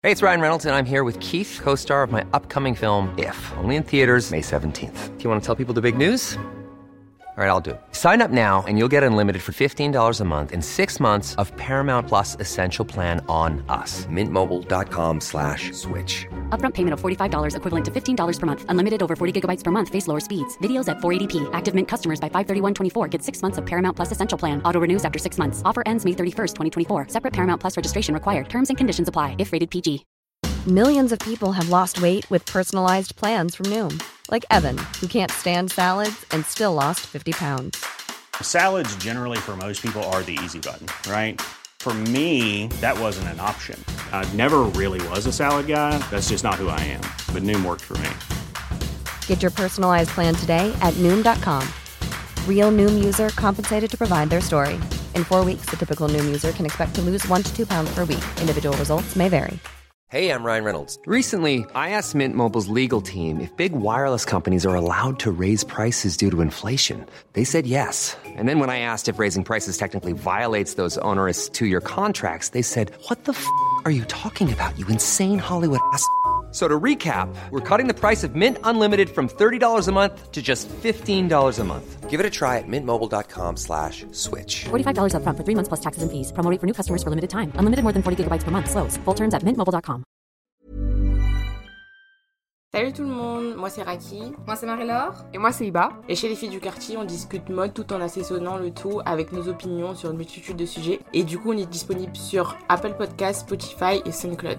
Hey, it's Ryan Reynolds, and I'm here with Keith, co-star of my upcoming film, If, only in theaters May 17th. Do you want to tell people the big news? All right, I'll do it. Sign up now and you'll get unlimited for $15 a month and 6 months of Paramount Plus Essential Plan on us. MintMobile.com/switch. Upfront payment of $45 equivalent to $15 per month. Unlimited over 40 gigabytes per month. Face lower speeds. Videos at 480p. Active Mint customers by 531.24 get 6 months of Paramount Plus Essential Plan. Auto renews after 6 months. Offer ends May 31st, 2024. Separate Paramount Plus registration required. Terms and conditions apply if rated PG. Millions of people have lost weight with personalized plans from Noom. Like Evan, who can't stand salads and still lost 50 pounds. Salads generally for most people are the easy button, right? For me, that wasn't an option. I never really was a salad guy. That's just not who I am. But Noom worked for me. Get your personalized plan today at Noom.com. Real Noom user compensated to provide their story. In 4 weeks, the typical Noom user can expect to lose 1 to 2 pounds per week. Individual results may vary. Hey, I'm Ryan Reynolds. Recently, I asked Mint Mobile's legal team if big wireless companies are allowed to raise prices due to inflation. They said yes. And then when I asked if raising prices technically violates those onerous 2-year contracts, they said, "What the f*** are you talking about, you insane Hollywood ass?" So to recap, we're cutting the price of Mint Unlimited from $30 a month to just $15 a month. Give it a try at mintmobile.com/switch. $45 upfront for 3 months plus taxes and fees. Promo rate for new customers for limited time. Unlimited more than 40 gigabytes per month. Slows full terms at mintmobile.com. Salut tout le monde, moi c'est Raki. Moi c'est Marie-Laure. Et moi c'est Iba. Et chez les filles du quartier, on discute mode tout en assaisonnant le tout avec nos opinions sur une multitude de sujets. Et du coup, on est disponible sur Apple Podcasts, Spotify et SoundCloud.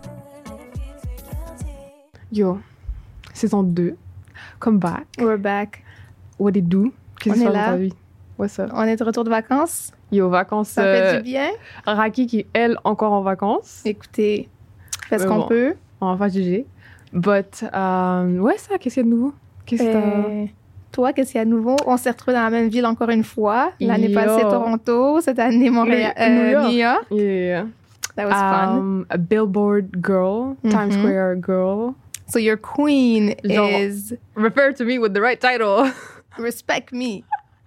Yo, saison 2. Come back. We're back. What it do? Qu'est-ce On que est ça là. dans ta vie? What's up? On est de retour de vacances. Yo, vacances. Ça fait du bien. Raki qui, elle, encore en vacances. Écoutez, fais ce qu'on peut. On va pas juger. But, ouais, ça, qu'est-ce qu'il y a de nouveau? Toi, qu'est-ce qu'il y a de nouveau? On s'est retrouvés dans la même ville encore une fois. L'année passée, Toronto. Cette année, Montréal, New York. Yeah. That was fun. A Billboard girl. Times Square girl. So your queen is... Refer to me with the right title. Respect me.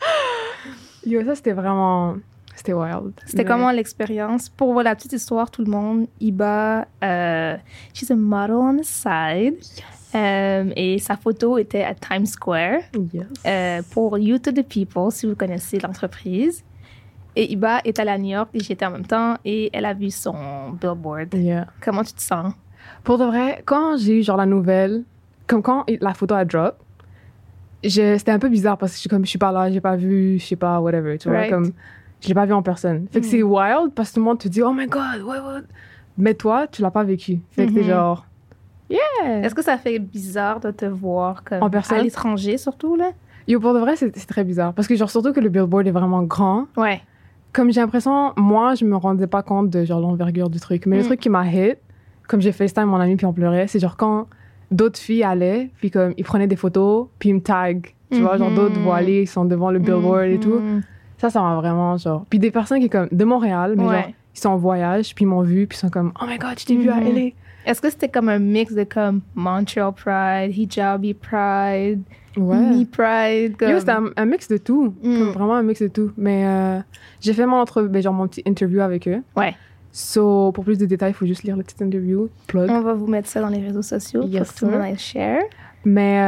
Yo, ça, c'était vraiment... C'était wild. C'était comment l'expérience? Pour la petite histoire, tout le monde, Iba, she's a model on the side. Yes. Et sa photo était à Times Square. Yes. Pour You to the People, si vous connaissez l'entreprise. Et Iba est allée à New York et j'y étais en même temps et elle a vu son billboard. Yeah. Comment tu te sens? Pour de vrai, quand j'ai eu genre la nouvelle, comme quand la photo a drop, c'était un peu bizarre parce que je suis pas là, j'ai pas vu, je sais pas, whatever, tu vois, comme je l'ai pas vu en personne. Fait que c'est wild parce que tout le monde te dit, oh my god, what? Mais toi, tu l'as pas vécu. Fait que t'es genre, yeah! Est-ce que ça fait bizarre de te voir comme en personne? À l'étranger surtout, là? Yo, pour de vrai, c'est très bizarre parce que genre surtout que le billboard est vraiment grand. Ouais. Comme j'ai l'impression, moi, je me rendais pas compte de genre l'envergure du truc. Mais le truc qui m'a hit, comme j'ai FaceTime mon ami puis on pleurait, c'est genre quand d'autres filles allaient, puis comme ils prenaient des photos, puis ils me taguent. Tu vois, genre d'autres voilés, ils sont devant le billboard et tout. Ça m'a vraiment genre... Puis des personnes qui comme de Montréal, mais genre ils sont en voyage, puis ils m'ont vu, puis ils sont comme « Oh my God, je t'ai vu à LA! » Est-ce que c'était comme un mix de comme Montreal Pride, Hijabi Pride, Me Pride? Comme... Yo, c'était un mix de tout. Comme vraiment un mix de tout. Mais j'ai fait mon petit interview avec eux. Ouais. So, pour plus de détails, il faut juste lire le petit interview. Plug. On va vous mettre ça dans les réseaux sociaux pour que tout le monde aille share. Mais,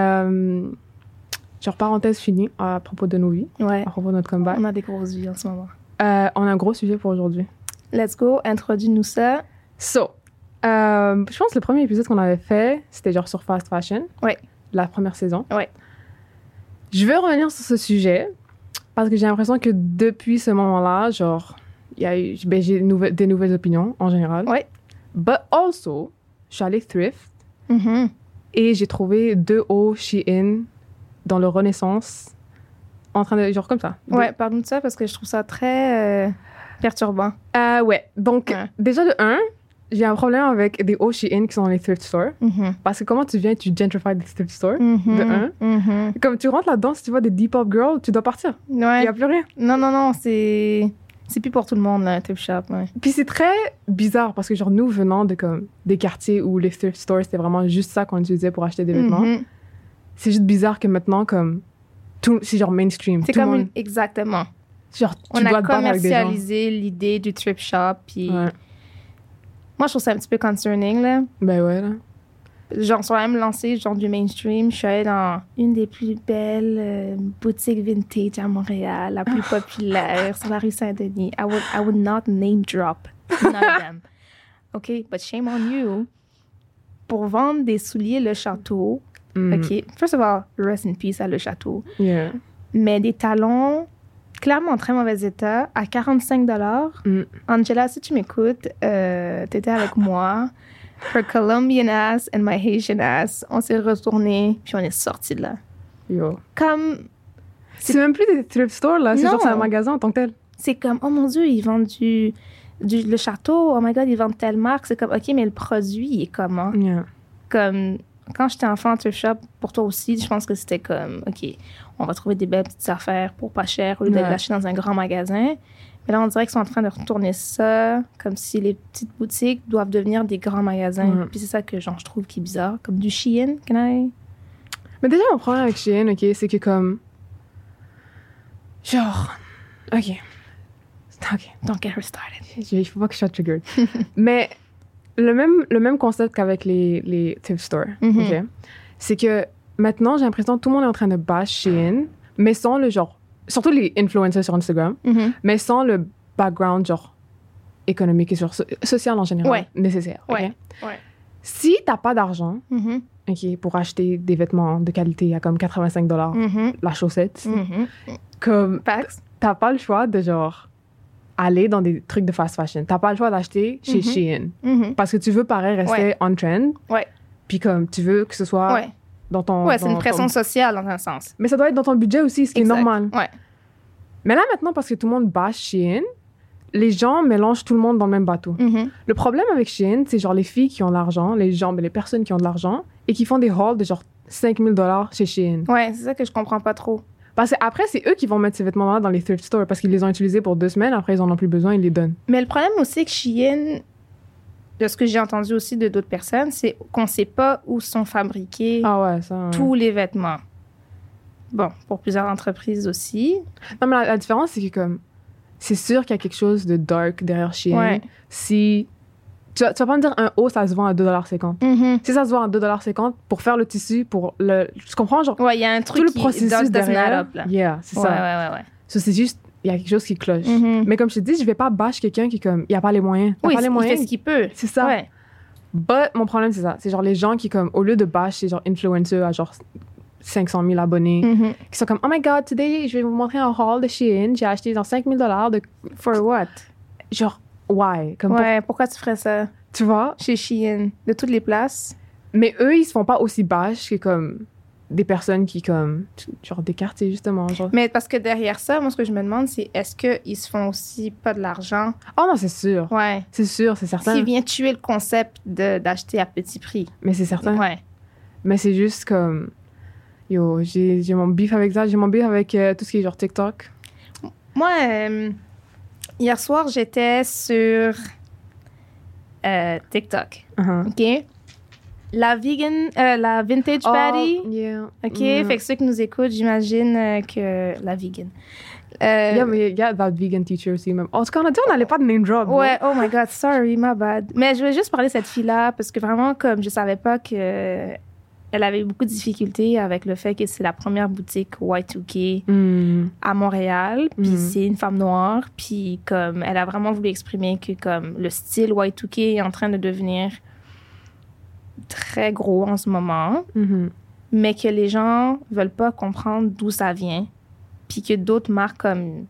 genre, parenthèse finie à propos de nos vies, à propos de notre comeback. On a des grosses vies en ce moment. On a un gros sujet pour aujourd'hui. Let's go, introduis-nous ça. So, je pense que le premier épisode qu'on avait fait, c'était genre sur fast fashion. Ouais. La première saison. Ouais. Je vais revenir sur ce sujet parce que j'ai l'impression que depuis ce moment-là, genre... Il y a eu, j'ai des nouvelles opinions, en général. Ouais. But also, je suis allée thrift et j'ai trouvé 2 hauts Shein dans le Renaissance en train de... Genre comme ça. Ouais, parle-nous de ça parce que je trouve ça très perturbant. Ouais. Donc, déjà de 1, j'ai un problème avec des hauts Shein qui sont dans les thrift stores. Parce que comment tu viens et tu gentrify des thrift stores, de 1. Comme tu rentres là-dedans, si tu vois des Depop girls, tu dois partir. Ouais. Il n'y a plus rien. Non, c'est plus pour tout le monde, là, thrift shop. Ouais. Puis c'est très bizarre parce que, genre, nous, venant de comme, des quartiers où les thrift stores, c'était vraiment juste ça qu'on utilisait pour acheter des vêtements. C'est juste bizarre que maintenant, comme, c'est genre mainstream. C'est comme exactement. Genre, on a commercialisé l'idée du thrift shop. Puis Moi, je trouve ça un petit peu concerning, là. Ben ouais, là. Genre, sont même lancés, genre, du mainstream. Je suis allée dans une des plus belles boutiques vintage à Montréal, la plus populaire, sur la rue Saint-Denis. I would not name drop none of them. OK? But shame on you. Pour vendre des souliers Le Château, OK? First of all, rest in peace à Le Château. Yeah. Mais des talons clairement en très mauvais état, à 45 $. Angela, si tu m'écoutes, t'étais avec moi. Her Colombian ass and my Haitian ass, on s'est retournés, puis on est sortis de là. Yo. Comme... C'est même plus des thrift stores, là. C'est Non. genre c'est un magasin en tant que tel. C'est comme, oh mon Dieu, ils vendent Le Château. Oh my God, ils vendent telle marque. C'est comme, OK, mais le produit, il est comment? Yeah. Comme, quand j'étais enfant en thrift shop, pour toi aussi, je pense que c'était comme, OK, on va trouver des belles petites affaires pour pas cher au lieu d'aller l'acheter dans un grand magasin. Mais là, on dirait qu'ils sont en train de retourner ça, comme si les petites boutiques doivent devenir des grands magasins. Puis c'est ça que genre, je trouve qui est bizarre. Comme du Shein, Mais déjà, mon problème avec Shein, OK, c'est que comme... Genre... OK. Don't get her started. Il faut pas que je sois triggered. Mais le même concept qu'avec les thrift stores, OK? C'est que maintenant, j'ai l'impression que tout le monde est en train de bash Shein, mais sans le genre... Surtout les influencers sur Instagram, mais sans le background genre économique et social en général nécessaire. Okay? Ouais. Si t'as pas d'argent OK, pour acheter des vêtements de qualité à comme 85 $ la chaussette, comme t'as pas le choix de genre aller dans des trucs de fast fashion. T'as pas le choix d'acheter chez Shein parce que tu veux pareil rester on trend. Puis comme tu veux que ce soit dans ton... c'est une pression sociale dans un sens. Mais ça doit être dans ton budget aussi, ce qui est normal. Ouais. Mais là, maintenant, parce que tout le monde bâche Shein, les gens mélangent tout le monde dans le même bateau. Le problème avec Shein, c'est genre les filles qui ont de l'argent, les personnes qui ont de l'argent et qui font des hauls de genre 5 000 $ chez Shein. Ouais, c'est ça que je comprends pas trop. Parce qu'après, c'est eux qui vont mettre ces vêtements-là dans les thrift stores parce qu'ils les ont utilisés pour 2 semaines, après ils en ont plus besoin, ils les donnent. Mais le problème aussi que Shein... de ce que j'ai entendu aussi de d'autres personnes, c'est qu'on ne sait pas où sont fabriqués tous les vêtements. Bon, pour plusieurs entreprises aussi. Non, mais la différence, c'est que comme c'est sûr qu'il y a quelque chose de dark derrière Shein. Ouais. Si... Tu vas pas me dire un haut, ça se vend à 2,50 $. Si ça se vend à 2,50 $ pour faire le tissu, pour le... Tu comprends? Genre, ouais, il y a un truc tout le processus derrière. Yeah, c'est ça. Ouais. Ça, c'est juste... Il y a quelque chose qui cloche. Mais comme je te dis, je vais pas bâcher quelqu'un qui, comme, il a pas les moyens. Il fait ce qu'il peut. C'est ça. Ouais. But mon problème, c'est ça. C'est genre les gens qui, comme, au lieu de bâcher, genre, influencers à genre 500 000 abonnés, qui sont comme, oh my God, today, je vais vous montrer un haul de Shein. J'ai acheté genre 5 000 $ de... For what? Genre, why? Comme pourquoi tu ferais ça? Tu vois? Chez Shein, de toutes les places. Mais eux, ils se font pas aussi bâches que, comme... des personnes qui, comme, genre des quartiers, justement. Genre. Mais parce que derrière ça, moi, ce que je me demande, c'est est-ce qu'ils se font aussi pas de l'argent? Oh non, c'est sûr. Ouais. C'est sûr, c'est certain. Qui vient tuer le concept d'acheter à petit prix. Mais c'est certain. Ouais. Mais c'est juste comme... Yo, j'ai mon beef avec ça. J'ai mon beef avec tout ce qui est genre TikTok. Moi, hier soir, j'étais sur TikTok. OK? La vintage baddie. Yeah. OK? Fait que ceux qui nous écoutent, j'imagine que la vegan. Yeah, mais il y a that vegan teacher aussi. Même. En tout cas, on a dit on n'allait pas de name drop. Ouais, oh my God, sorry, my bad. Mais je voulais juste parler de cette fille-là parce que vraiment, comme je savais pas que elle avait beaucoup de difficultés avec le fait que c'est la première boutique Y2K à Montréal. Puis c'est une femme noire. Puis comme elle a vraiment voulu exprimer que comme le style Y2K est en train de devenir très gros en ce moment, mais que les gens veulent pas comprendre d'où ça vient, puis que d'autres marques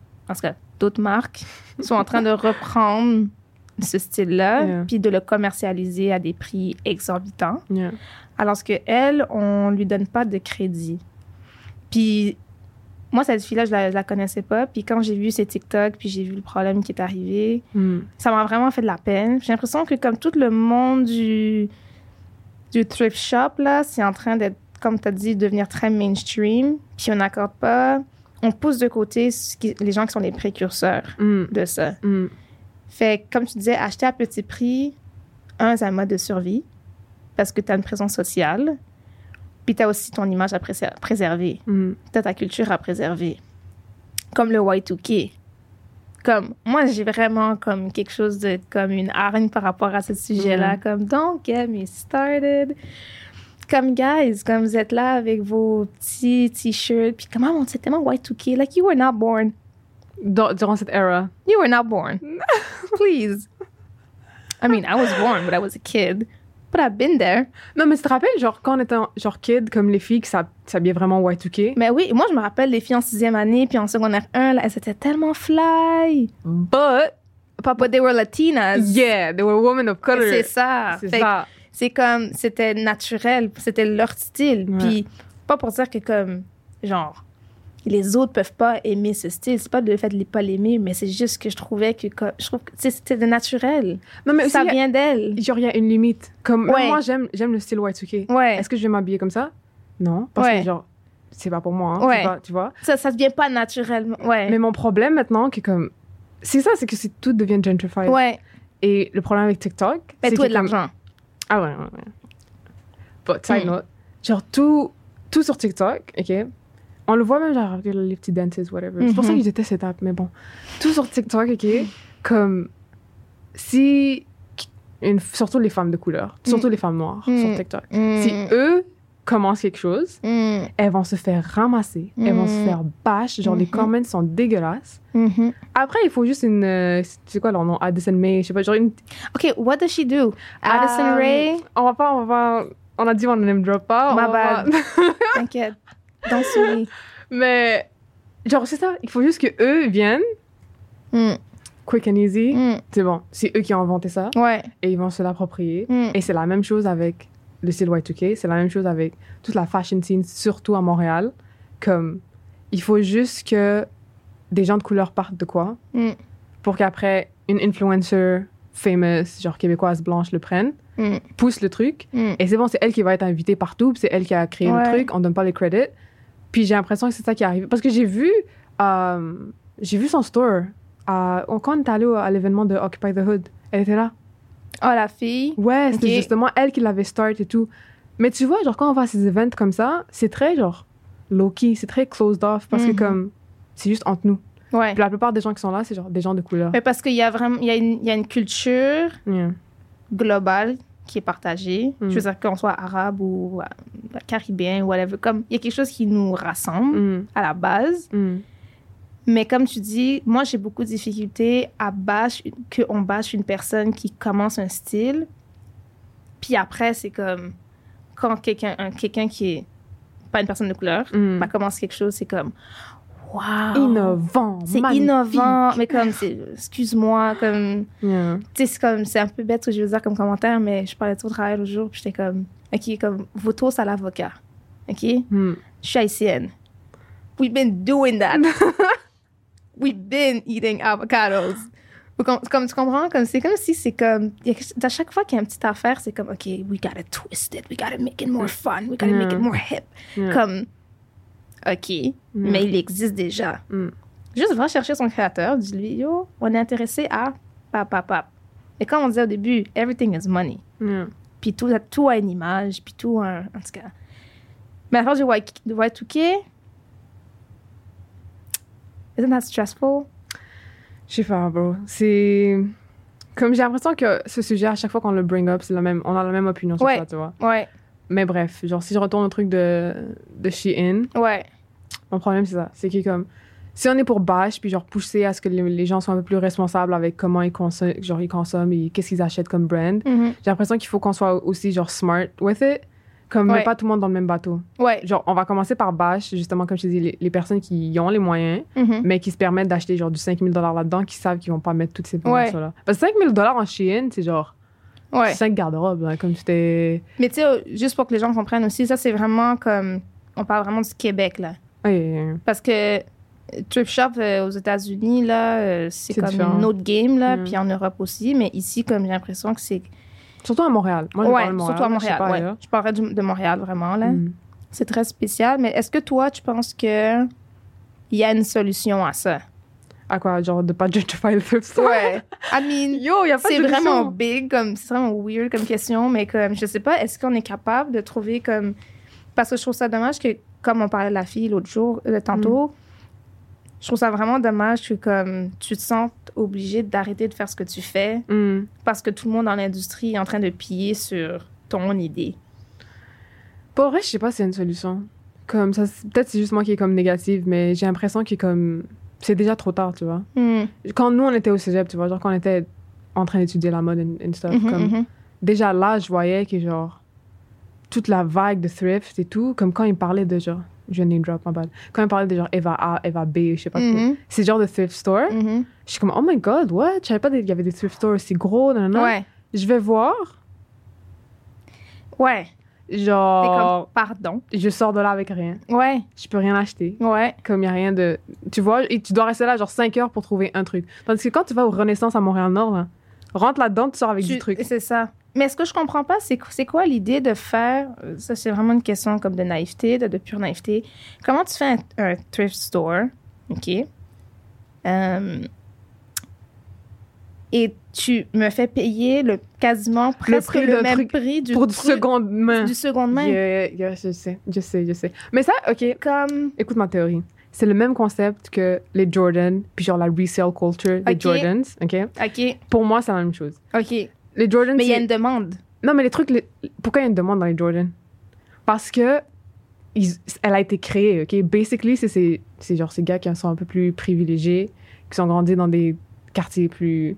sont en train de reprendre ce style-là, puis de le commercialiser à des prix exorbitants, alors que elle, on lui donne pas de crédit. Puis moi, cette fille-là, je la connaissais pas, puis quand j'ai vu ses TikTok, puis j'ai vu le problème qui est arrivé, ça m'a vraiment fait de la peine. J'ai l'impression que comme tout le monde du thrift shop, là, c'est en train d'être, comme tu as dit, devenir très mainstream. Puis on n'accorde pas... On pousse de côté les gens qui sont les précurseurs de ça. Fait que, comme tu disais, acheter à petit prix, c'est un mode de survie parce que tu as une présence sociale. Puis tu as aussi ton image à préserver. Tu as ta culture à préserver. Comme le Y2K. comme, moi, j'ai vraiment comme quelque chose de, comme une hargne par rapport à ce sujet-là. Comme, don't get me started. Comme, guys, comme vous êtes là avec vos petits t-shirts, puis comment c'est tellement Y2K. Like, you were not born. Durant cette era. You were not born. Please. I mean, I was born, but I was a kid. But I've been there. Non, mais tu te rappelles, genre, quand on était genre kid, comme les filles qui s'habillaient vraiment Y2K? Mais oui, moi, je me rappelle les filles en 6e année, puis en secondaire 1, là, elles étaient tellement fly. But they were Latinas. Yeah, they were women of color. C'est ça. C'est ça. C'est comme, c'était naturel, c'était leur style. Ouais. Puis, pas pour dire que, comme, genre, les autres peuvent pas aimer ce style. C'est pas le fait de ne pas l'aimer, mais c'est juste que je trouve que c'était naturel. Non, mais ça vient d'elle. Genre, il y a une limite. Comme, ouais. moi, j'aime le style Y2K. Ouais. Est-ce que je vais m'habiller comme ça? Non. Parce que, genre, c'est pas pour moi. Hein, ouais. pas, tu vois? Ça devient pas naturellement. Ouais. Mais mon problème maintenant, c'est comme. C'est ça, c'est que tout devient gentrified. Ouais. Et le problème avec TikTok. C'est tout de l'argent. Ah ouais. But, side note, genre, tout sur TikTok, OK? On le voit même, genre, avec les petits dances, whatever. C'est pour ça que j'étais cette app, mais bon. Tout sur TikTok, OK? Comme, si... surtout les femmes de couleur, surtout les femmes noires sur TikTok. Si eux commencent quelque chose, elles vont se faire ramasser. Elles vont se faire bash. Genre, les comments sont dégueulasses. Après, il faut juste une... c'est quoi leur nom? Addison May, je sais pas, genre une... OK, what does she do? Addison Rae? On a dit on ne name drop pas. My bad. T'inquiète. Don't sue me. Mais, genre, c'est ça. Il faut juste qu'eux viennent. Quick and easy. C'est bon. C'est eux qui ont inventé ça. Ouais. Et ils vont se l'approprier. Et c'est la même chose avec le style Y2K. C'est la même chose avec toute la fashion scene, surtout à Montréal. Comme, il faut juste que des gens de couleur partent de quoi pour qu'après, une influencer famous, genre québécoise blanche, le prenne, pousse le truc. Et c'est bon, c'est elle qui va être invitée partout. Puis c'est elle qui a créé le truc. On donne pas les credits. Puis j'ai l'impression que c'est ça qui arrive. Parce que j'ai vu son store. Quand on est allé à l'événement de Occupy the Hood, elle était là. Oh, la fille? Ouais, c'était justement elle qui l'avait start et tout. Mais tu vois, genre, quand on va à ces events comme ça, c'est très, genre, low-key, c'est très closed off parce que, comme, c'est juste entre nous. Ouais. Puis la plupart des gens qui sont là, c'est genre des gens de couleur. Mais parce qu'il y a vraiment, il y a une culture globale qui est partagée. Je veux dire, qu'on soit arabe ou caribéen ou whatever, comme, il y a quelque chose qui nous rassemble à la base. Mais comme tu dis, moi, j'ai beaucoup de difficultés à qu'on bâche une personne qui commence un style. Puis après, c'est comme, quand quelqu'un qui est pas une personne de couleur commence quelque chose, c'est comme, wow! Innovant! C'est magnifique. Innovant! Mais comme, excuse-moi, comme, tu sais, c'est un peu bête ce que je veux dire comme commentaire, mais je parlais de ton travail l'autre jour, puis j'étais comme, OK, comme, vos toasts à l'avocat. OK? Je suis haïtienne. We've been doing that. We've been eating avocados. Comme tu comprends, comme c'est comme si c'est comme à chaque fois qu'il y a une petite affaire, c'est comme OK, we gotta twist it, we gotta make it more fun, we gotta make it more hip. Comme OK, mais il existe déjà. Juste va chercher son créateur, dis-lui yo, on est intéressé à pap. Et comme on disait au début, everything is money. Puis tout a une image, puis tout en tout cas. Mais à force de Y2K, isn't that stressful? Je sais pas, bro. C'est... Comme j'ai l'impression que ce sujet, à chaque fois qu'on le bring up, on a la même opinion sur ça, tu vois. Ouais. Mais bref, genre, si je retourne au truc de Shein, mon problème, c'est ça. C'est que, comme, si on est pour bash, puis genre, pousser à ce que les gens soient un peu plus responsables avec comment ils consomment et qu'est-ce qu'ils achètent comme brand, j'ai l'impression qu'il faut qu'on soit aussi, genre, smart with it. Comme, mais pas tout le monde dans le même bateau. Genre, on va commencer par bash, justement, comme je te dis, les personnes qui ont les moyens, mais qui se permettent d'acheter, genre, du 5 000 $ là-dedans, qui savent qu'ils vont pas mettre toutes ces fonctions-là. Parce que 5 000 $ en Shein, c'est genre 5 garde-robes, hein, comme c'était... Mais tu sais, juste pour que les gens comprennent aussi, ça, c'est vraiment comme... On parle vraiment du Québec, là. Parce que thrift shop aux États-Unis, là, c'est comme différent. une autre game, là, puis en Europe aussi. Mais ici, comme j'ai l'impression que c'est... Surtout à Montréal. Moi, je parle de Montréal. Surtout à Montréal, je parlerais de Montréal, vraiment, là. C'est très spécial. Mais est-ce que toi, tu penses qu'il y a une solution à ça? À quoi? Genre de pas gentrify le thrift store? Ouais. I mean, y a pas de c'est solution. vraiment big, c'est vraiment weird comme question, mais comme, je sais pas, est-ce qu'on est capable de trouver comme... Parce que je trouve ça dommage que, comme on parlait de la fille l'autre jour, tantôt, Je trouve ça vraiment dommage que comme tu te sens obligé d'arrêter de faire ce que tu fais parce que tout le monde dans l'industrie est en train de piller sur ton idée. Pour vrai, je sais pas si c'est une solution. Comme ça, peut-être c'est juste moi qui est comme négative, mais j'ai l'impression que comme c'est déjà trop tard, tu vois. Quand nous on était au cégep, tu vois, genre quand on était en train d'étudier la mode and stuff, comme déjà là, je voyais que genre toute la vague de thrift et tout, comme quand ils parlaient de genre je name drop, my bad. Quand ils parlaient de genre Eva A, Eva B, je sais pas quoi. C'est genre de thrift store. Je suis comme, oh my god, what? Je savais pas qu'il y avait des thrift stores aussi gros, non. Ouais. Je vais voir. Ouais. Genre. T'es comme, pardon. Je sors de là avec rien. Ouais. Je peux rien acheter. Ouais. Comme il y a rien de. Tu vois, et tu dois rester là genre 5 heures pour trouver un truc. Tandis que quand tu vas au Renaissance à Montréal-Nord, là, rentre là-dedans, tu sors avec du truc. C'est ça. Mais ce que je comprends pas, c'est quoi l'idée de faire... Ça, c'est vraiment une question comme de naïveté, de pure naïveté. Comment tu fais un thrift store, OK? Et tu me fais payer quasiment presque le même prix du seconde main. Du seconde main. Yeah, je sais. Mais ça, OK. Écoute ma théorie. C'est le même concept que les Jordan, puis genre la resale culture des Jordans, OK? OK. Pour moi, c'est la même chose. OK. Les Jordans, mais il y a une demande. Non, mais les trucs... Pourquoi il y a une demande dans les Jordan? Parce que elle a été créée, OK? Basically, c'est genre ces gars qui sont un peu plus privilégiés, qui sont grandis dans des quartiers plus...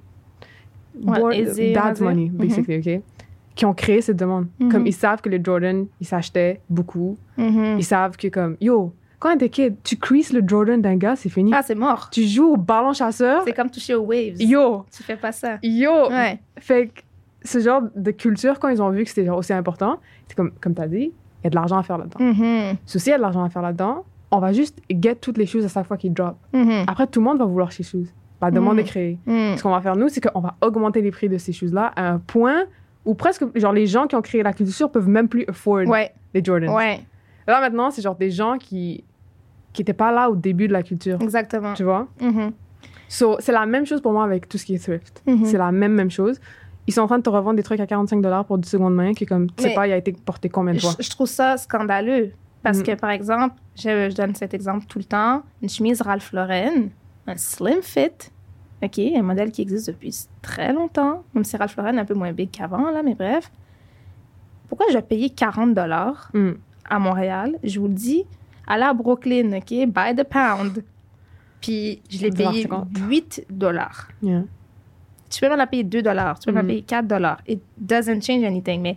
Dad's money, basically, OK? Qui ont créé cette demande. Comme ils savent que les Jordan, ils s'achetaient beaucoup. Ils savent que comme... Yo, quand t'es kid, tu creases le Jordan d'un gars, c'est fini. Ah, c'est mort. Tu joues au ballon chasseur. C'est comme toucher aux waves. Yo. Tu fais pas ça. Yo. Ouais. Fait que ce genre de culture, quand ils ont vu que c'était genre aussi important, c'est comme t'as dit, il y a de l'argent à faire là-dedans. Ceci, il y a de l'argent à faire là-dedans. On va juste get toutes les choses à chaque fois qu'ils drop. Après, tout le monde va vouloir ces choses. La demande est créée. Ce qu'on va faire, nous, c'est qu'on va augmenter les prix de ces choses-là à un point où presque, genre, les gens qui ont créé la culture peuvent même plus afford les Jordans. Ouais. Là, maintenant, c'est genre des gens qui n'étaient pas là au début de la culture. Exactement. Tu vois? So, c'est la même chose pour moi avec tout ce qui est thrift. C'est la même chose. Ils sont en train de te revendre des trucs à 45$ pour du seconde main, qui est comme, tu sais pas, il a été porté combien de fois. Je trouve ça scandaleux. Parce que, par exemple, je donne cet exemple tout le temps, une chemise Ralph Lauren, un slim fit, OK, un modèle qui existe depuis très longtemps, même si Ralph Lauren est un peu moins big qu'avant, là, mais bref. Pourquoi je vais payer 40$ à Montréal? Je vous le dis, aller à Brooklyn, OK, by the pound. Puis je l'ai payé $8. Yeah. Tu peux même la payer $2, tu peux même la payer $4. It doesn't change anything, mais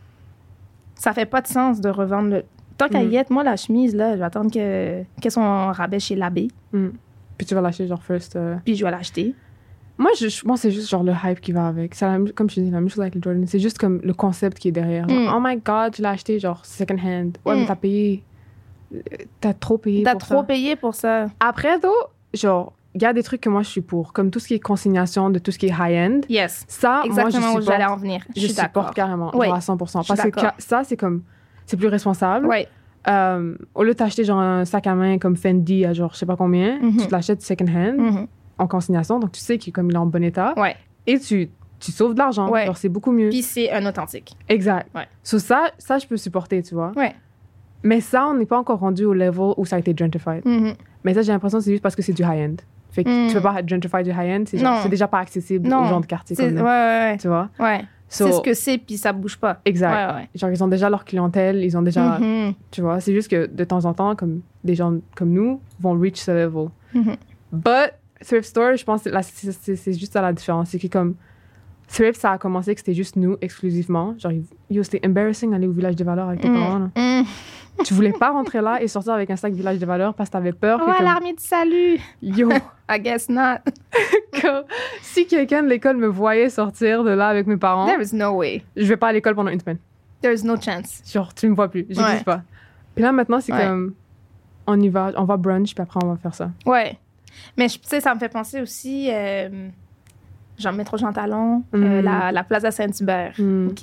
ça fait pas de sens de revendre le... Tant qu'à y être, moi, la chemise, là, je vais attendre qu'elle soit en rabais chez l'abbé. Puis tu vas l'acheter genre first. Puis je vais l'acheter. Moi, c'est juste genre le hype qui va avec. C'est comme je te dis, la même chose avec les Jordan. C'est juste comme le concept qui est derrière. Genre, oh my God, tu l'as acheté genre second hand. Ouais, mais t'as payé. T'as trop payé pour ça. T'as trop payé pour ça. Après, genre, il y a des trucs que moi, je suis pour. Comme tout ce qui est consignation de tout ce qui est high-end. Yes. Ça, exactement moi, où j'allais en venir. Je supporte carrément, genre à 100%. Parce que ça, c'est comme... C'est plus responsable. Oui. Au lieu de t'acheter genre un sac à main comme Fendi à genre je sais pas combien, tu te l'achètes second-hand en consignation. Donc, tu sais qu'il est en bon état. Ouais. Et tu sauves de l'argent. Ouais. Alors, c'est beaucoup mieux. Puis c'est un authentique. Exact. Ouais. So ça, je peux supporter, tu vois. Ouais. Mais ça, on n'est pas encore rendu au level où ça a été gentrified. Mais ça, j'ai l'impression que c'est juste parce que c'est du high-end. Fait que tu peux pas gentrify du high-end. C'est déjà pas accessible aux gens de quartier comme nous. Ouais. Tu vois? Ouais. C'est ce que c'est, puis ça bouge pas. Exact. Ouais. Genre, ils ont déjà leur clientèle, ils ont déjà... Tu vois, c'est juste que de temps en temps, comme des gens comme nous vont reach ce level. But thrift store, je pense que c'est juste ça la différence. C'est que comme thrift, ça a commencé que c'était juste nous exclusivement. Genre, c'était embarrassing d'aller au Village des Valeurs avec tes parents. Là. Tu voulais pas rentrer là et sortir avec un sac Village des Valeurs parce que t'avais peur. Ouais, l'armée du salut! Yo! I guess not. Si quelqu'un de l'école me voyait sortir de là avec mes parents... There is no way. Je vais pas à l'école pendant une semaine. There is no chance. Genre, tu me vois plus. J'existe pas. Puis là, maintenant, c'est comme... On y va, on va brunch, puis après, on va faire ça. Ouais. Mais, tu sais, ça me fait penser aussi... genre, métro Jean Talon, la Plaza Saint-Hubert. OK?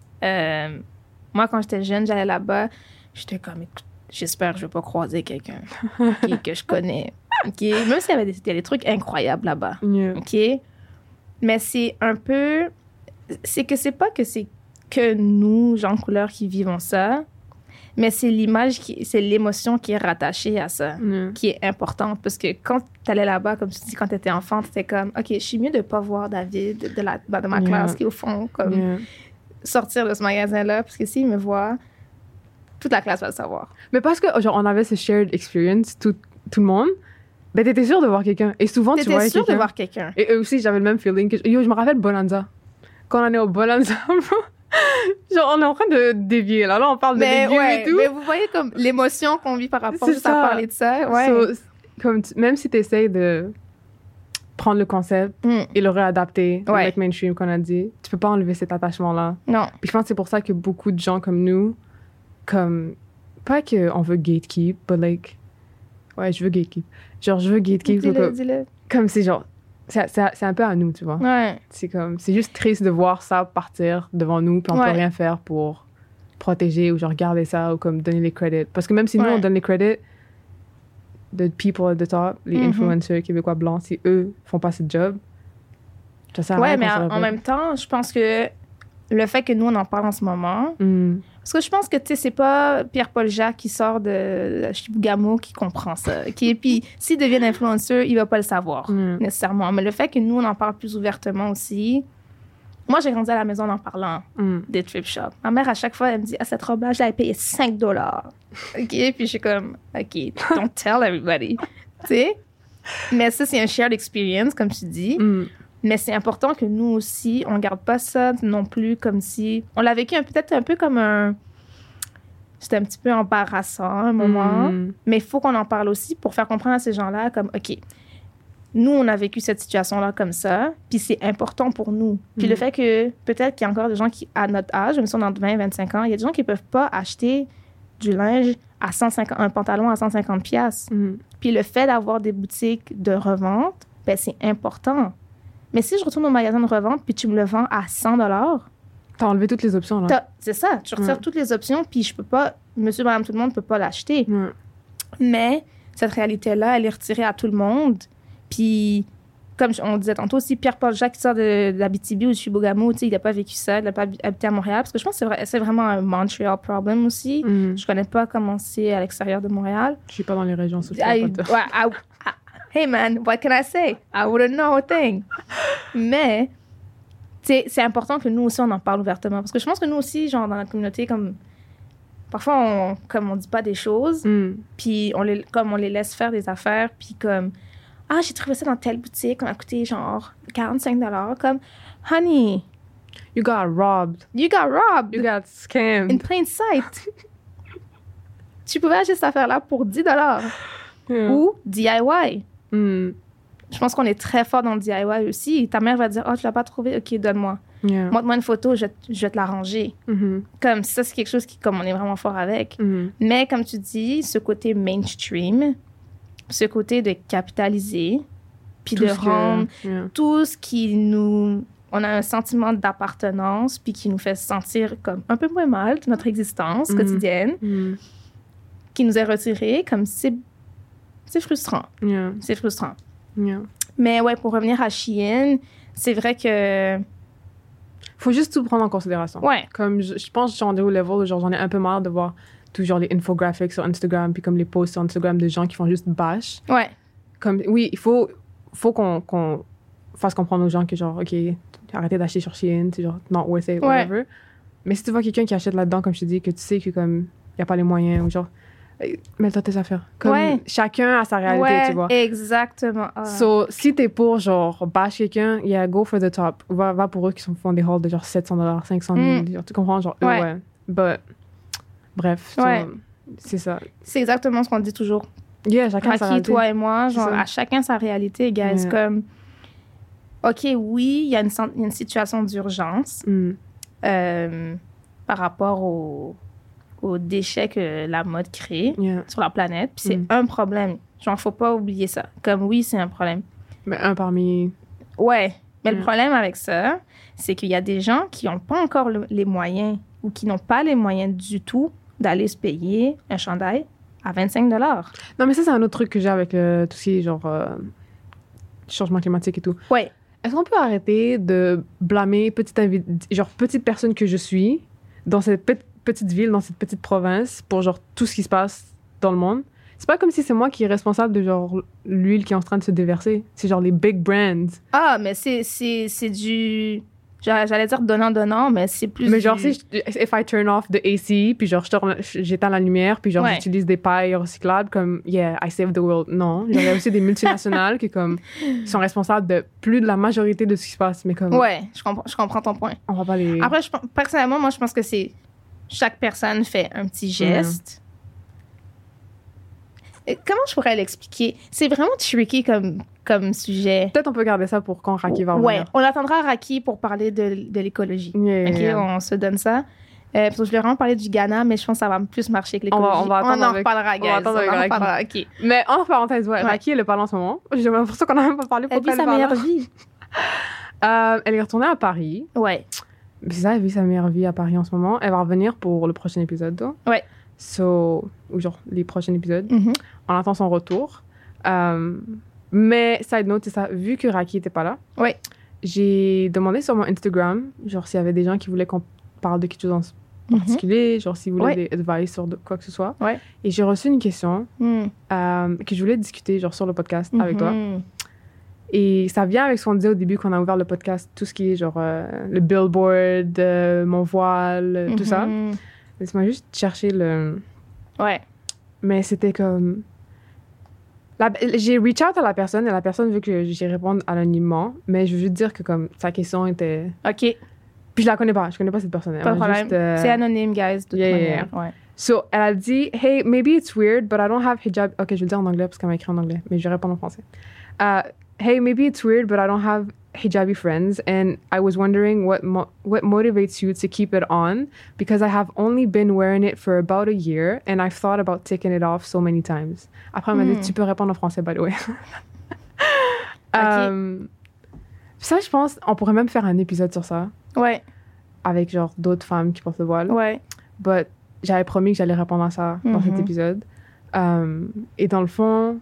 Moi, quand j'étais jeune, j'allais là-bas... J'étais comme, écoute, j'espère que je vais pas croiser quelqu'un que je connais. OK? Même s'il y avait des trucs incroyables là-bas. Yeah. OK? Mais c'est un peu... C'est que c'est pas que c'est que nous, gens de couleur, qui vivons ça, Mais c'est l'image, c'est l'émotion qui est rattachée à ça, qui est importante. Parce que quand tu allais là-bas, comme tu dis, quand tu étais enfant, tu étais comme, OK, je suis mieux de ne pas voir David de ma classe qui est au fond, comme sortir de ce magasin-là. Parce que s'il me voit, toute la classe va le savoir. Mais parce que, genre, on avait ce shared experience, tout le monde, ben t'étais sûre de voir quelqu'un. Et souvent, tu voyais quelqu'un. T'étais sûre de voir quelqu'un. Et eux aussi, j'avais le même feeling. Yo, je me rappelle Bonanza. Quand on est au Bonanza, genre, on est en train de dévier. Là, on parle de légumes et tout. Mais vous voyez comme l'émotion qu'on vit par rapport juste à parler de ça. Ouais. Comme même si tu essaies de prendre le concept et le réadapter avec mainstream, qu'on a dit, tu peux pas enlever cet attachement-là. Non. Puis je pense que c'est pour ça que beaucoup de gens comme nous, comme, pas qu'on veut gatekeep, but like, ouais, je veux gatekeep. Genre, je veux gatekeep. Dis-le. Comme c'est genre, c'est un peu à nous, tu vois. Ouais. C'est juste triste de voir ça partir devant nous, puis on peut rien faire pour protéger ou genre garder ça ou comme donner les credits. Parce que même si nous, on donne les credits, the people at the top, les influencers québécois blancs, si eux font pas ce job, ça sert à rien. Ouais, mais en même temps, je pense que le fait que nous, on en parle en ce moment, parce que je pense que, tu sais, c'est pas Pierre-Paul Jacques qui sort de Chibougamau qui comprend ça. Puis, s'il devient influenceur, il va pas le savoir, nécessairement. Mais le fait que nous, on en parle plus ouvertement aussi. Moi, j'ai grandi à la maison en parlant des thrift shops. Ma mère, à chaque fois, elle me dit, cette robe-là, je l'avais payée $5. OK? Puis je suis comme, OK, don't tell everybody. Tu sais? Mais ça, c'est un shared experience, comme tu dis. Mais c'est important que nous aussi, on ne garde pas ça non plus comme si... On l'a vécu peut-être un peu comme un... C'était un petit peu embarrassant à un moment. Mais il faut qu'on en parle aussi pour faire comprendre à ces gens-là comme, OK, nous, on a vécu cette situation-là comme ça, puis c'est important pour nous. Puis le fait que peut-être qu'il y a encore des gens qui, à notre âge, même si on a 20, 25 ans, il y a des gens qui ne peuvent pas acheter du linge à 150, un pantalon à 150 $. Puis le fait d'avoir des boutiques de revente, ben c'est important. Mais si je retourne au magasin de revente puis tu me le vends à 100 $, t'as enlevé toutes les options, là. C'est ça. Tu retires toutes les options puis je peux pas... Monsieur, madame, tout le monde ne peut pas l'acheter. Mais cette réalité-là, elle est retirée à tout le monde. Puis, comme on disait tantôt, si Pierre-Paul Jacques sort de l'Abitibi ou de Chibougamau, il n'a pas vécu ça, il n'a pas habité à Montréal. Parce que je pense que c'est vraiment un Montreal problem aussi. Je connais pas comment c'est à l'extérieur de Montréal. Je suis pas dans les régions sociales. Hey man, what can I say? I wouldn't know a thing. Mais, c'est important que nous aussi, on en parle ouvertement. Parce que je pense que nous aussi, genre, dans la communauté, comme... Parfois, on dit pas des choses, puis on les laisse faire des affaires, puis comme... Ah, j'ai trouvé ça dans telle boutique, on a coûté genre 45 $. Comme, honey... You got robbed. You got scammed. In plain sight. Tu pouvais acheter cette affaire-là pour 10 $. Ou DIY. Je pense qu'on est très fort dans le DIY aussi. Ta mère va dire, tu l'as pas trouvé? OK, donne-moi. Montre-moi une photo, je vais te la ranger. Comme ça, c'est quelque chose comme on est vraiment fort avec. Mais comme tu dis, ce côté mainstream, ce côté de capitaliser, puis de rendre tout ce qui nous... On a un sentiment d'appartenance, puis qui nous fait sentir comme un peu moins mal de notre existence quotidienne, qui nous est retiré, comme c'est frustrant. C'est frustrant. Mais ouais, pour revenir à Shein, c'est vrai que... Faut juste tout prendre en considération. Ouais. Comme je pense que j'en ai au level, genre j'en ai un peu marre de voir toujours les infographics sur Instagram, puis comme les posts sur Instagram de gens qui font juste bash. Ouais. Comme, oui, il faut qu'on fasse comprendre aux gens que genre, OK, arrêtez d'acheter sur Shein, c'est genre not worth it, whatever. Mais si tu vois quelqu'un qui achète là-dedans, comme je te dis, que tu sais que comme, il n'y a pas les moyens, ou genre, mets-toi tes affaires. Comme chacun a sa réalité, tu vois. Exactement. So, si t'es pour, genre, bash quelqu'un, go for the top. Va pour eux qui font des hauls de genre 700 $, 500 000 genre, tu comprends? Genre, But, bref, c'est ça. C'est exactement ce qu'on dit toujours. Chacun sa réalité. Toi et moi, genre, à chacun sa réalité, guys. Comme, OK, oui, il y a une situation d'urgence par rapport aux déchets que la mode crée sur la planète. Puis c'est un problème. Genre, faut pas oublier ça. Comme, oui, c'est un problème. Mais un parmi... Ouais. Mais le problème avec ça, c'est qu'il y a des gens qui n'ont pas encore les moyens ou qui n'ont pas les moyens du tout d'aller se payer un chandail à 25 $. Non, mais ça, c'est un autre truc que j'ai avec tout ce qui est, genre, changement climatique et tout. Ouais. Est-ce qu'on peut arrêter de blâmer petite personne que je suis dans cette petite ville, dans cette petite province, pour genre tout ce qui se passe dans le monde. C'est pas comme si c'est moi qui est responsable de genre l'huile qui est en train de se déverser. C'est genre les big brands. Ah, mais c'est du... J'allais dire donnant, mais c'est plus mais genre, si if I turn off the AC, puis genre, j'éteins la lumière, puis genre, j'utilise des pailles recyclables, comme, yeah, I save the world. Non. Genre, il y a aussi des multinationales qui, comme, sont responsables de plus de la majorité de ce qui se passe, mais comme... Ouais, je comprends ton point. On va pas les... Après, personnellement, moi, je pense que c'est... Chaque personne fait un petit geste. Comment je pourrais l'expliquer? C'est vraiment tricky comme sujet. Peut-être on peut garder ça pour quand Raki va revenir. Ouais, on attendra Raki pour parler de l'écologie. On se donne ça. Parce que je voulais vraiment parler du Ghana, mais je pense que ça va plus marcher avec l'écologie. On en reparlera, guys. On en reparlera, OK. Mais entre parenthèses, Raki, elle est pas là en ce moment. J'ai l'impression qu'on n'a même pas parlé. Elle vit sa meilleure vie. Elle est retournée à Paris. Ouais. C'est ça, elle vit sa meilleure vie à Paris en ce moment. Elle va revenir pour le prochain épisode. Ouais. Ou genre les prochains épisodes. On attend son retour. Mais side note, c'est ça, vu que Raki était pas là, j'ai demandé sur mon Instagram, genre s'il y avait des gens qui voulaient qu'on parle de quelque chose en particulier, genre s'ils voulaient des advice sur quoi que ce soit. Et j'ai reçu une question que je voulais discuter genre sur le podcast avec toi. Et ça vient avec ce qu'on disait au début quand on a ouvert le podcast, tout ce qui est genre le billboard, mon voile, tout ça. Laisse-moi juste chercher le... Ouais. Mais c'était comme... J'ai reach out à la personne et la personne veut que j'y réponde anonymement, mais je veux juste dire que comme sa question était... OK. Puis je la connais pas cette personne. Pas de problème. C'est anonyme, guys, de toute manière. Ouais. So, elle a dit, « Hey, maybe it's weird, but I don't have hijab... » OK, je vais le dire en anglais parce qu'elle m'a écrit en anglais, mais je vais répondre en français. Hey, maybe it's weird, but I don't have hijabi friends, and I was wondering what motivates you to keep it on, because I have only been wearing it for about a year, and I've thought about taking it off so many times. Après, elle m'a dit, tu peux répondre en français, by the way. Ça, je pense, on pourrait même faire un épisode sur ça. Ouais. Avec, genre, d'autres femmes qui portent le voile. Ouais. But j'avais promis que j'allais répondre à ça dans cet épisode. Et dans le fond...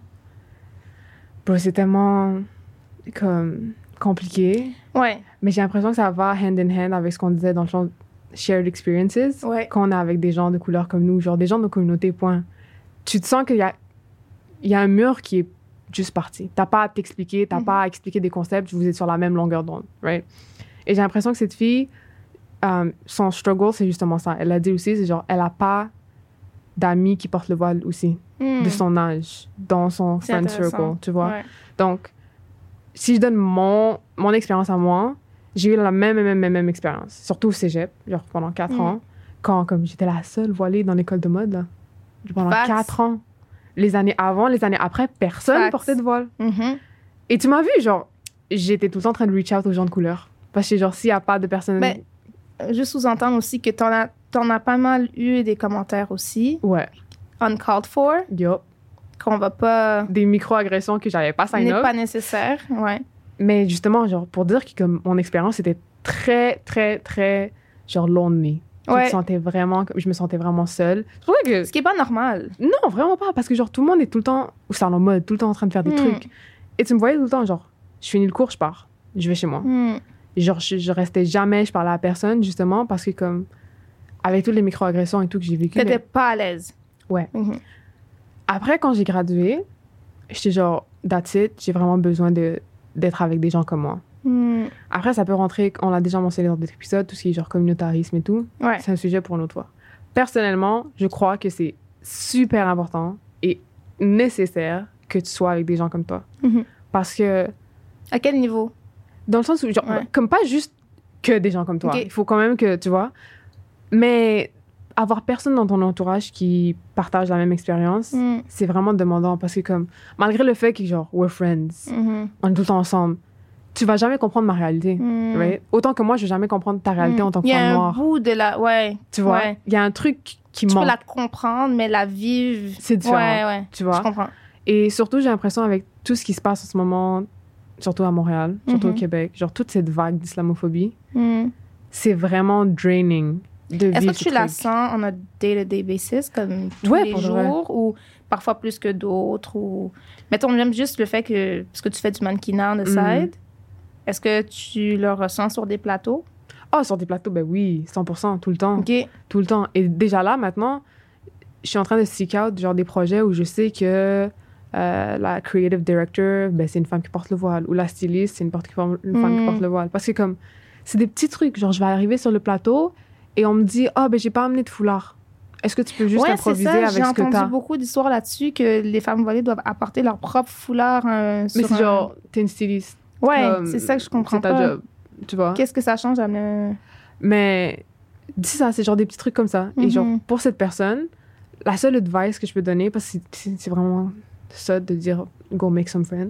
c'est tellement comme compliqué. Ouais. Mais j'ai l'impression que ça va hand in hand avec ce qu'on disait dans le champ shared experiences. Ouais. Qu'on a avec des gens de couleur comme nous, genre des gens de nos communautés, point. Tu te sens qu'il y a un mur qui est juste parti. T'as pas à t'expliquer, t'as pas à expliquer des concepts, vous êtes sur la même longueur d'onde, right? Et j'ai l'impression que cette fille, son struggle, c'est justement ça. Elle l'a dit aussi, c'est genre, elle a pas d'amis qui portent le voile aussi, de son âge, dans son friend circle, tu vois. Ouais. Donc, si je donne mon expérience à moi, j'ai eu la même expérience, surtout au cégep, genre pendant 4 ans, quand comme j'étais la seule voilée dans l'école de mode, là. Pendant 4 ans. Les années avant, les années après, personne portait de voile. Et tu m'as vu, genre, j'étais tout le temps en train de reach out aux gens de couleur. Parce que, genre, s'il n'y a pas de personnes... Ben, juste sous-entendre aussi que t'en as pas mal eu des commentaires aussi. Ouais. Uncalled for. Yup. Qu'on va pas... Des micro-agressions que j'avais pas sign up. N'est pas nécessaire, ouais. Mais justement, genre, pour dire que comme, mon expérience était très, très, très, genre, lonely. Je me sentais vraiment seule. C'est pour ça que... Ce qui est pas normal. Non, vraiment pas. Parce que, genre, tout le monde est tout le temps... Ou c'est en mode, tout le temps en train de faire des trucs. Et tu me voyais tout le temps, genre, je finis le cours, je pars. Je vais chez moi. Genre, je restais jamais, je parlais à personne, justement, parce que, comme, avec toutes les micro-agressions et tout que j'ai vécu... T'étais pas à l'aise. Ouais. Après, quand j'ai gradué, j'étais genre, that's it, j'ai vraiment besoin d'être avec des gens comme moi. Après, ça peut rentrer, on l'a déjà mentionné dans d'autres épisodes, tout ce qui est genre communautarisme et tout. Ouais. C'est un sujet pour une autre fois. Personnellement, je crois que c'est super important et nécessaire que tu sois avec des gens comme toi. Parce que... À quel niveau? Dans le sens où, genre, comme pas juste que des gens comme toi. Okay. Il faut quand même que, tu vois, mais avoir personne dans ton entourage qui partage la même expérience, c'est vraiment demandant parce que, comme, malgré le fait que, genre, we're friends, on est tout le temps ensemble, tu vas jamais comprendre ma réalité, right? Autant que moi, je vais jamais comprendre ta réalité en tant que femme noire. Il y a un bout de la... Ouais. Tu vois? Il y a un truc qui manque. Tu peux la comprendre, mais la vivre... C'est différent. Ouais. Tu vois? Je comprends. Et surtout, j'ai l'impression, avec tout ce qui se passe en ce moment, surtout à Montréal, surtout au Québec, genre, toute cette vague d'islamophobie, c'est vraiment draining de vivre. Est-ce que tu la sens on a day-to-day basis, comme tous les jours, ou parfois plus que d'autres, ou... Mettons même juste le fait que... Parce que tu fais du mannequinat on the side, est-ce que tu le ressens sur des plateaux? Ah, sur des plateaux, ben oui, 100%, tout le temps. OK. Tout le temps. Et déjà là, maintenant, je suis en train de seek out genre des projets où je sais que la creative director, ben, c'est une femme qui porte le voile. Ou la styliste, c'est une femme qui porte le voile. Parce que comme, c'est des petits trucs. Genre, je vais arriver sur le plateau et on me dit, ah, ben, j'ai pas amené de foulard. Est-ce que tu peux juste improviser avec ce que t'as? J'ai entendu beaucoup d'histoires là-dessus que les femmes voilées doivent apporter leur propre foulard. Mais c'est genre, t'es une styliste. Ouais, c'est ça que je comprends pas. C'est ta job, tu vois. Qu'est-ce que ça change d'amener... Mais, dis ça, c'est genre des petits trucs comme ça. Et genre, pour cette personne, la seule advice que je peux donner, parce que c'est vraiment ça de dire « go make some friends »,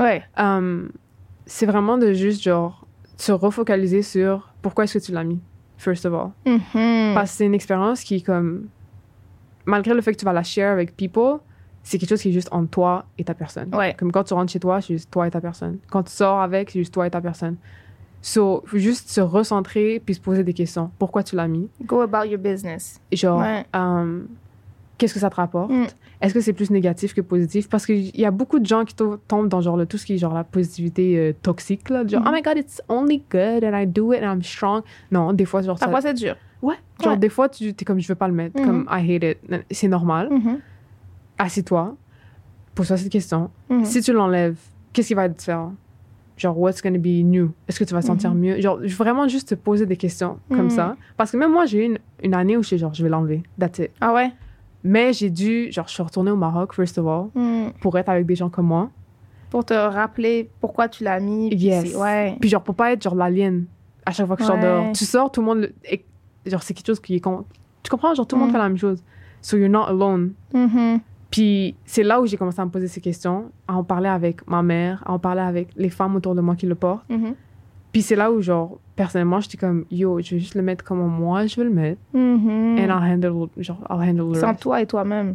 c'est vraiment de juste, genre, se refocaliser sur pourquoi est-ce que tu l'as mis, first of all. Parce que c'est une expérience qui est comme... Malgré le fait que tu vas la share avec people, c'est quelque chose qui est juste entre toi et ta personne. Ouais. Comme quand tu rentres chez toi, c'est juste toi et ta personne. Quand tu sors avec, c'est juste toi et ta personne. So, faut juste se recentrer puis se poser des questions. Pourquoi tu l'as mis? Go about your business. Genre, qu'est-ce que ça te rapporte? Est-ce que c'est plus négatif que positif? Parce qu'il y a beaucoup de gens qui tombent dans genre tout ce qui est genre la positivité toxique, là. Genre, oh my God, it's only good and I do it and I'm strong. Non, des fois, genre ça... Parfois, c'est dur. Ouais. Genre, des fois, t'es comme, je veux pas le mettre. Comme, I hate it. C'est normal. Assieds-toi. Pose-toi cette question. Si tu l'enlèves, qu'est-ce qui va être différent? Genre, what's gonna be new? Est-ce que tu vas te sentir mieux? Genre, vraiment juste te poser des questions comme ça. Parce que même moi, j'ai eu une année où je vais l'enlever. That's it. Ah ouais? Mais j'ai dû, genre, je suis retournée au Maroc, first of all, pour être avec des gens comme moi. Pour te rappeler pourquoi tu l'as mis. Yes. Ouais. Puis genre, pour pas être genre l'alien à chaque fois que je sors dehors. Tu sors, tout le monde... genre, c'est quelque chose qui est... Tu comprends? Genre, tout le monde fait la même chose. So you're not alone. Puis c'est là où j'ai commencé à me poser ces questions, à en parler avec ma mère, à en parler avec les femmes autour de moi qui le portent. Puis c'est là où, genre, personnellement, j'étais comme, yo, je vais juste le mettre comme moi je veux le mettre. And I'll handle the rest. Sans toi et toi-même.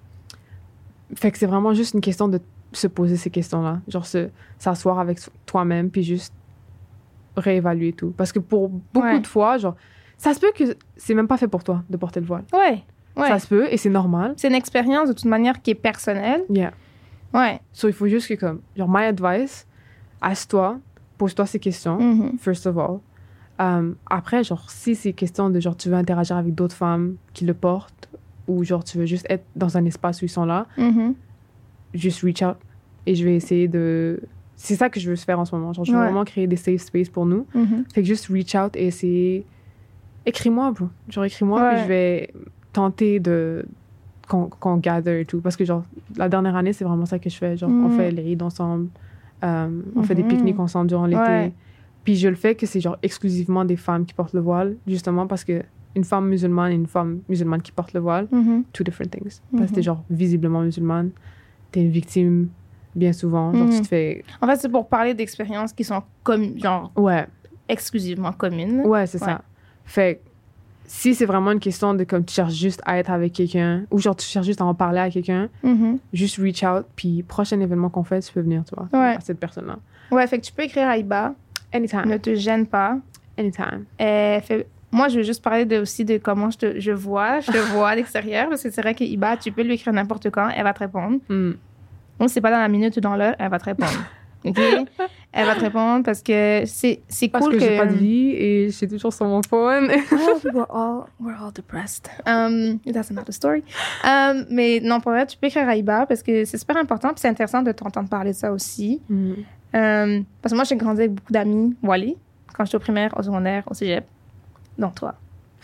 Fait que c'est vraiment juste une question de se poser ces questions-là. Genre, s'asseoir avec toi-même, puis juste réévaluer tout. Parce que pour beaucoup de fois, genre, ça se peut que c'est même pas fait pour toi de porter le voile. Ouais. Ça se peut, et c'est normal. C'est une expérience, de toute manière, qui est personnelle. Yeah. Ouais. So, il faut juste que, comme, genre, my advice, assieds-toi, pose-toi ces questions, first of all. Après, genre, si c'est question de, genre, tu veux interagir avec d'autres femmes qui le portent, ou, genre, tu veux juste être dans un espace où ils sont là, juste reach out. Et je vais essayer de... C'est ça que je veux faire en ce moment. Genre, je veux vraiment créer des safe spaces pour nous. Fait que juste reach out et essayer... Écris-moi, bro. Genre, écris-moi, puis je vais tenter de... qu'on gather et tout. Parce que, genre, la dernière année, c'est vraiment ça que je fais. Genre, on fait les rides ensemble. On fait des pique-niques ensemble durant l'été. Puis je le fais que c'est genre exclusivement des femmes qui portent le voile, justement parce que une femme musulmane et une femme musulmane qui porte le voile, two different things. Parce que t'es genre visiblement musulmane, t'es une victime bien souvent, genre tu te fais... En fait, c'est pour parler d'expériences qui sont genre exclusivement communes. Ouais, c'est ça. Fait si c'est vraiment une question de comme tu cherches juste à être avec quelqu'un ou genre tu cherches juste à en parler à quelqu'un, juste reach out, puis prochain événement qu'on fait, tu peux venir, tu vois, à cette personne-là. Ouais, fait que tu peux écrire à Iba. Anytime. Ne te gêne pas. Anytime. Moi, je veux juste parler aussi de comment je te vois à l'extérieur, parce que c'est vrai que Iba, tu peux lui écrire n'importe quand, elle va te répondre. Donc, c'est pas dans la minute ou dans l'heure, elle va te répondre. OK? Elle va te répondre parce que c'est cool parce que j'ai pas de vie et j'ai toujours sur mon phone. We're all depressed. That's another story. Mais non, pour vrai, tu peux écrire à Iba parce que c'est super important puis c'est intéressant de t'entendre parler de ça aussi. Parce que moi, j'ai grandi avec beaucoup d'amis voilés quand j'étais au primaire, au secondaire, au cégep. Donc, toi.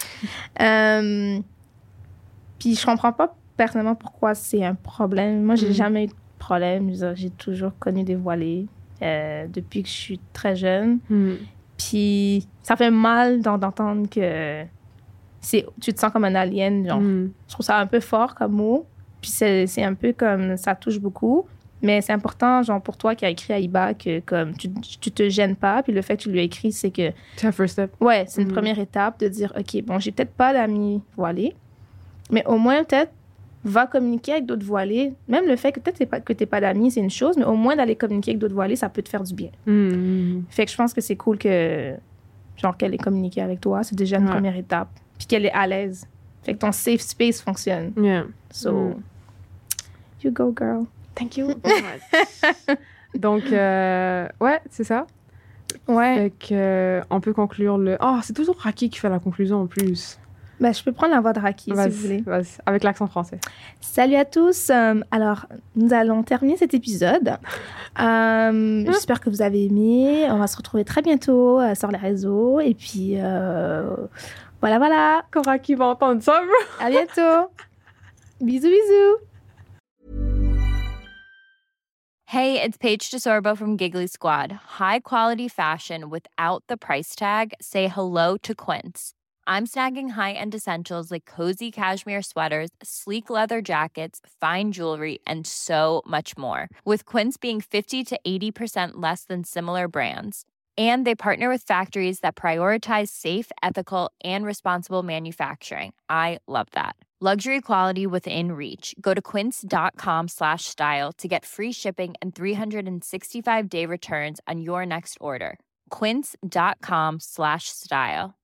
Puis je comprends pas personnellement pourquoi c'est un problème. Moi, j'ai jamais eu de problème. J'ai toujours connu des voilés depuis que je suis très jeune. Puis ça fait mal d'entendre que tu te sens comme un alien. Genre. Je trouve ça un peu fort comme mot. Puis c'est un peu comme... Ça touche beaucoup. Mais c'est important, genre, pour toi qui a écrit à Iba que comme tu te gênes pas. Puis le fait que tu lui as écrit, c'est que... C'est un first step. Ouais, c'est une première étape de dire, OK, bon, j'ai peut-être pas d'amis voilés, mais au moins, peut-être, va communiquer avec d'autres voilés. Même le fait que peut-être que t'es pas d'amis, c'est une chose, mais au moins d'aller communiquer avec d'autres voilés, ça peut te faire du bien. Fait que je pense que c'est cool que, genre, qu'elle ait communiqué avec toi. C'est déjà une première étape. Puis qu'elle est à l'aise. Fait que ton safe space fonctionne. Yeah. So, you go, girl. Thank you very much. Donc, ouais, c'est ça. Ouais. Fait que, on peut conclure le... Oh, c'est toujours Raki qui fait la conclusion en plus. Ben, je peux prendre la voix de Raki, si vous voulez. Vas-y, avec l'accent français. Salut à tous. Alors, nous allons terminer cet épisode. J'espère que vous avez aimé. On va se retrouver très bientôt sur les réseaux. Et puis, voilà. Quand Raki va entendre ça, bro. À bientôt. Bisous. Hey, it's Paige DeSorbo from Giggly Squad. High quality fashion without the price tag. Say hello to Quince. I'm snagging high-end essentials like cozy cashmere sweaters, sleek leather jackets, fine jewelry, and so much more. With Quince being 50 to 80% less than similar brands. And they partner with factories that prioritize safe, ethical, and responsible manufacturing. I love that. Luxury quality within reach. Go to quince.com/style to get free shipping and 365-day returns on your next order. Quince.com/style.